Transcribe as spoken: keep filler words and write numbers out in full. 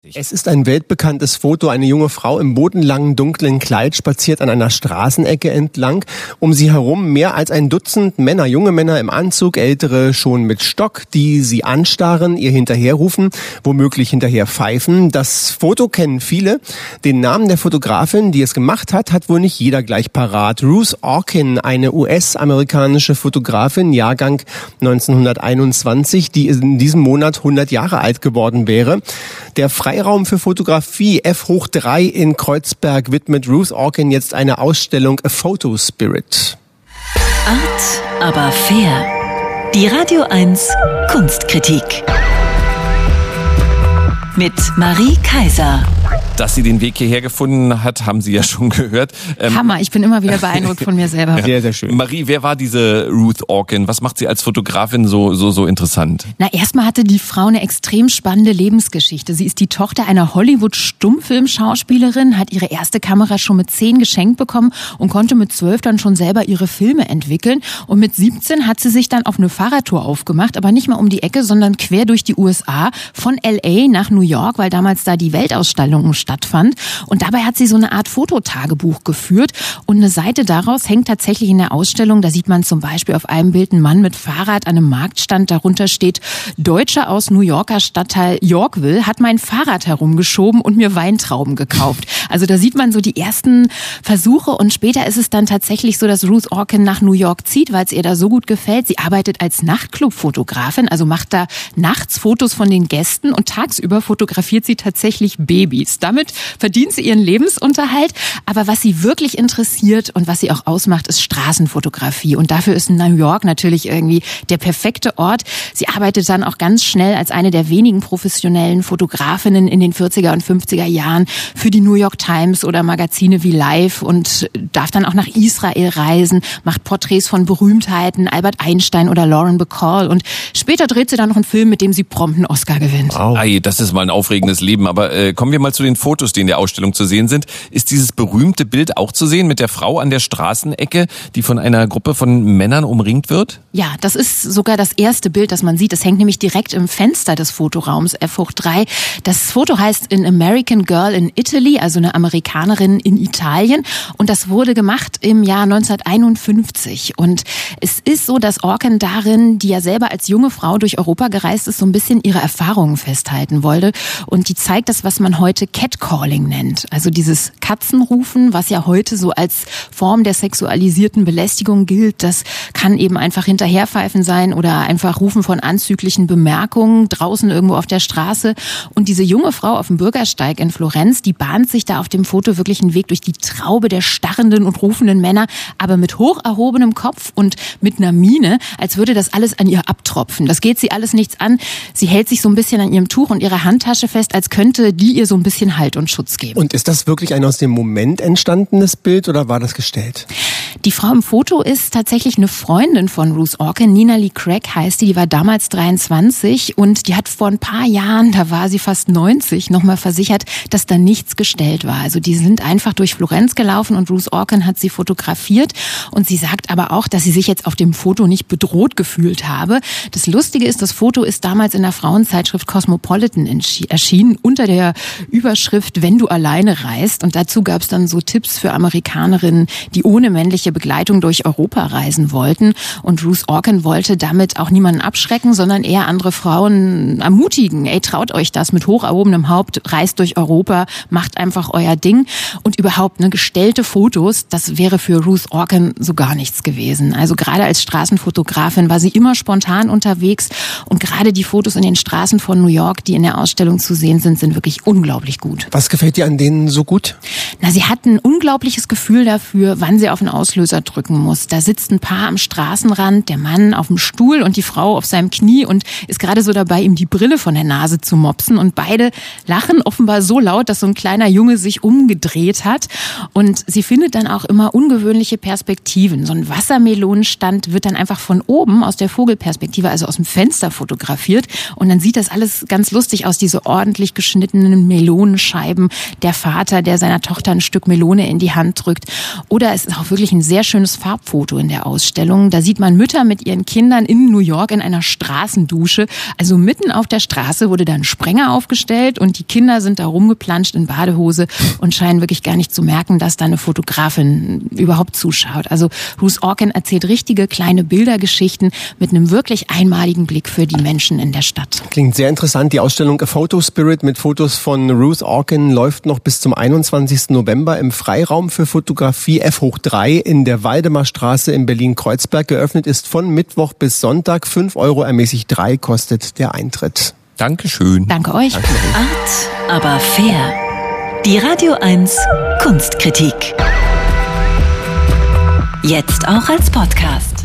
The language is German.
Es ist ein weltbekanntes Foto. Eine junge Frau im bodenlangen, dunklen Kleid spaziert an einer Straßenecke entlang. Um sie herum mehr als ein Dutzend Männer, junge Männer im Anzug, ältere schon mit Stock, die sie anstarren, ihr hinterherrufen, womöglich hinterher pfeifen. Das Foto kennen viele. Den Namen der Fotografin, die es gemacht hat, hat wohl nicht jeder gleich parat. Ruth Orkin, eine U S-amerikanische Fotografin, Jahrgang neunzehnhunderteinundzwanzig, die in diesem Monat hundert Jahre alt geworden wäre. Der Freiraum für Fotografie F hoch drei in Kreuzberg widmet Ruth Orkin jetzt eine Ausstellung A Photo Spirit. Art, aber fair. Die Radio eins Kunstkritik. Mit Marie Kaiser. Dass sie den Weg hierher gefunden hat, haben Sie ja schon gehört. Ähm, Hammer, ich bin immer wieder beeindruckt von mir selber. Sehr, sehr schön. Marie, wer war diese Ruth Orkin? Was macht sie als Fotografin so so so interessant? Na, erstmal hatte die Frau eine extrem spannende Lebensgeschichte. Sie ist die Tochter einer Hollywood-Stummfilmschauspielerin, hat ihre erste Kamera schon mit zehn geschenkt bekommen und konnte mit zwölf dann schon selber ihre Filme entwickeln. Und mit siebzehn hat sie sich dann auf eine Fahrradtour aufgemacht, aber nicht mal um die Ecke, sondern quer durch die U S A, von L A nach New York, weil damals da die Weltausstellung stattfand. Und dabei hat sie so eine Art Fototagebuch geführt und eine Seite daraus hängt tatsächlich in der Ausstellung. Da sieht man zum Beispiel auf einem Bild einen Mann mit Fahrrad an einem Marktstand. Darunter steht: Deutscher aus New Yorker Stadtteil Yorkville hat mein Fahrrad herumgeschoben und mir Weintrauben gekauft. Also da sieht man so die ersten Versuche und später ist es dann tatsächlich so, dass Ruth Orkin nach New York zieht, weil es ihr da so gut gefällt. Sie arbeitet als Nachtclub-Fotografin, also macht da nachts Fotos von den Gästen und tagsüber fotografiert sie tatsächlich Babys. Damit verdient sie ihren Lebensunterhalt. Aber was sie wirklich interessiert und was sie auch ausmacht, ist Straßenfotografie. Und dafür ist New York natürlich irgendwie der perfekte Ort. Sie arbeitet dann auch ganz schnell als eine der wenigen professionellen Fotografinnen in den vierziger und fünfziger Jahren für die New York Times oder Magazine wie Life und darf dann auch nach Israel reisen, macht Porträts von Berühmtheiten, Albert Einstein oder Lauren Bacall. Und später dreht sie dann noch einen Film, mit dem sie prompt einen Oscar gewinnt. Wow. Ei, das ist mal ein aufregendes Leben. Aber äh, kommen wir mal zu den Fotos, die in der Ausstellung zu sehen sind. Ist dieses berühmte Bild auch zu sehen mit der Frau an der Straßenecke, die von einer Gruppe von Männern umringt wird? Ja, das ist sogar das erste Bild, das man sieht. Es hängt nämlich direkt im Fenster des Fotoraums F hoch drei. Das Foto heißt An American Girl in Italy, also eine Amerikanerin in Italien. Und das wurde gemacht im Jahr neunzehnhunderteinundfünfzig. Und es ist so, dass Orkin darin, die ja selber als junge Frau durch Europa gereist ist, so ein bisschen ihre Erfahrungen festhalten wollte. Und die zeigt das, was man heute Catcalling nennt. Also dieses Katzenrufen, was ja heute so als Form der sexualisierten Belästigung gilt, das kann eben einfach Hinterherpfeifen sein oder einfach Rufen von anzüglichen Bemerkungen draußen irgendwo auf der Straße. Und diese junge Frau auf dem Bürgersteig in Florenz, die bahnt sich da auf dem Foto wirklich einen Weg durch die Traube der starrenden und rufenden Männer, aber mit hoch erhobenem Kopf und mit einer Miene, als würde das alles an ihr abtropfen. Das geht sie alles nichts an. Sie hält sich so ein bisschen an ihrem Tuch und ihrer Handtasche fest, als könnte die ihr so ein bisschen Halt und Schutz geben. Und ist das wirklich ein aus dem Moment entstandenes Bild oder war das gestellt? Die Frau im Foto ist tatsächlich eine Freundin von Ruth Orkin, Nina Lee Craig heißt die, die war damals dreiundzwanzig und die hat vor ein paar Jahren, da war sie fast neunzig, nochmal versichert, dass da nichts gestellt war. Also die sind einfach durch Florenz gelaufen und Ruth Orkin hat sie fotografiert und sie sagt aber auch, dass sie sich jetzt auf dem Foto nicht bedroht gefühlt habe. Das Lustige ist, das Foto ist damals in der Frauenzeitschrift Cosmopolitan erschienen unter der Überschrift Wenn du alleine reist und dazu gab es dann so Tipps für Amerikanerinnen, die ohne männliche Begleitung durch Europa reisen wollten und Ruth Orkin wollte damit auch niemanden abschrecken, sondern eher andere Frauen ermutigen. Ey, traut euch das mit hoch erhobenem Haupt, reist durch Europa, macht einfach euer Ding und überhaupt ne gestellte Fotos, das wäre für Ruth Orkin so gar nichts gewesen. Also gerade als Straßenfotografin war sie immer spontan unterwegs und gerade die Fotos in den Straßen von New York, die in der Ausstellung zu sehen sind, sind wirklich unglaublich gut. Was gefällt dir an denen so gut? Na, sie hat ein unglaubliches Gefühl dafür, wann sie auf den Auslöser drücken muss. Da sitzt ein Paar am Straßenrand, der Mann auf dem Stuhl und die Frau auf seinem Knie und ist gerade so dabei, ihm die Brille von der Nase zu mopsen und beide lachen offenbar so laut, dass so ein kleiner Junge sich umgedreht hat und sie findet dann auch immer ungewöhnliche Perspektiven. So ein Wassermelonenstand wird dann einfach von oben aus der Vogelperspektive, also aus dem Fenster fotografiert und dann sieht das alles ganz lustig aus, diese ordentlich geschnittenen Melonenscheiben, der Vater, der seiner Tochter ein Stück Melone in die Hand drückt oder es ist auch wirklich ein ein sehr schönes Farbfoto in der Ausstellung. Da sieht man Mütter mit ihren Kindern in New York in einer Straßendusche. Also mitten auf der Straße wurde da ein Sprenger aufgestellt und die Kinder sind da rumgeplanscht in Badehose und scheinen wirklich gar nicht zu merken, dass da eine Fotografin überhaupt zuschaut. Also Ruth Orkin erzählt richtige kleine Bildergeschichten mit einem wirklich einmaligen Blick für die Menschen in der Stadt. Klingt sehr interessant. Die Ausstellung A Photo Spirit mit Fotos von Ruth Orkin läuft noch bis zum einundzwanzigsten November im Freiraum für Fotografie F hoch drei in der Waldemarstraße in Berlin-Kreuzberg. Geöffnet ist von Mittwoch bis Sonntag. fünf Euro ermäßigt drei kostet der Eintritt. Dankeschön. Danke euch. Danke. Art, aber fair. Die Radio eins Kunstkritik. Jetzt auch als Podcast.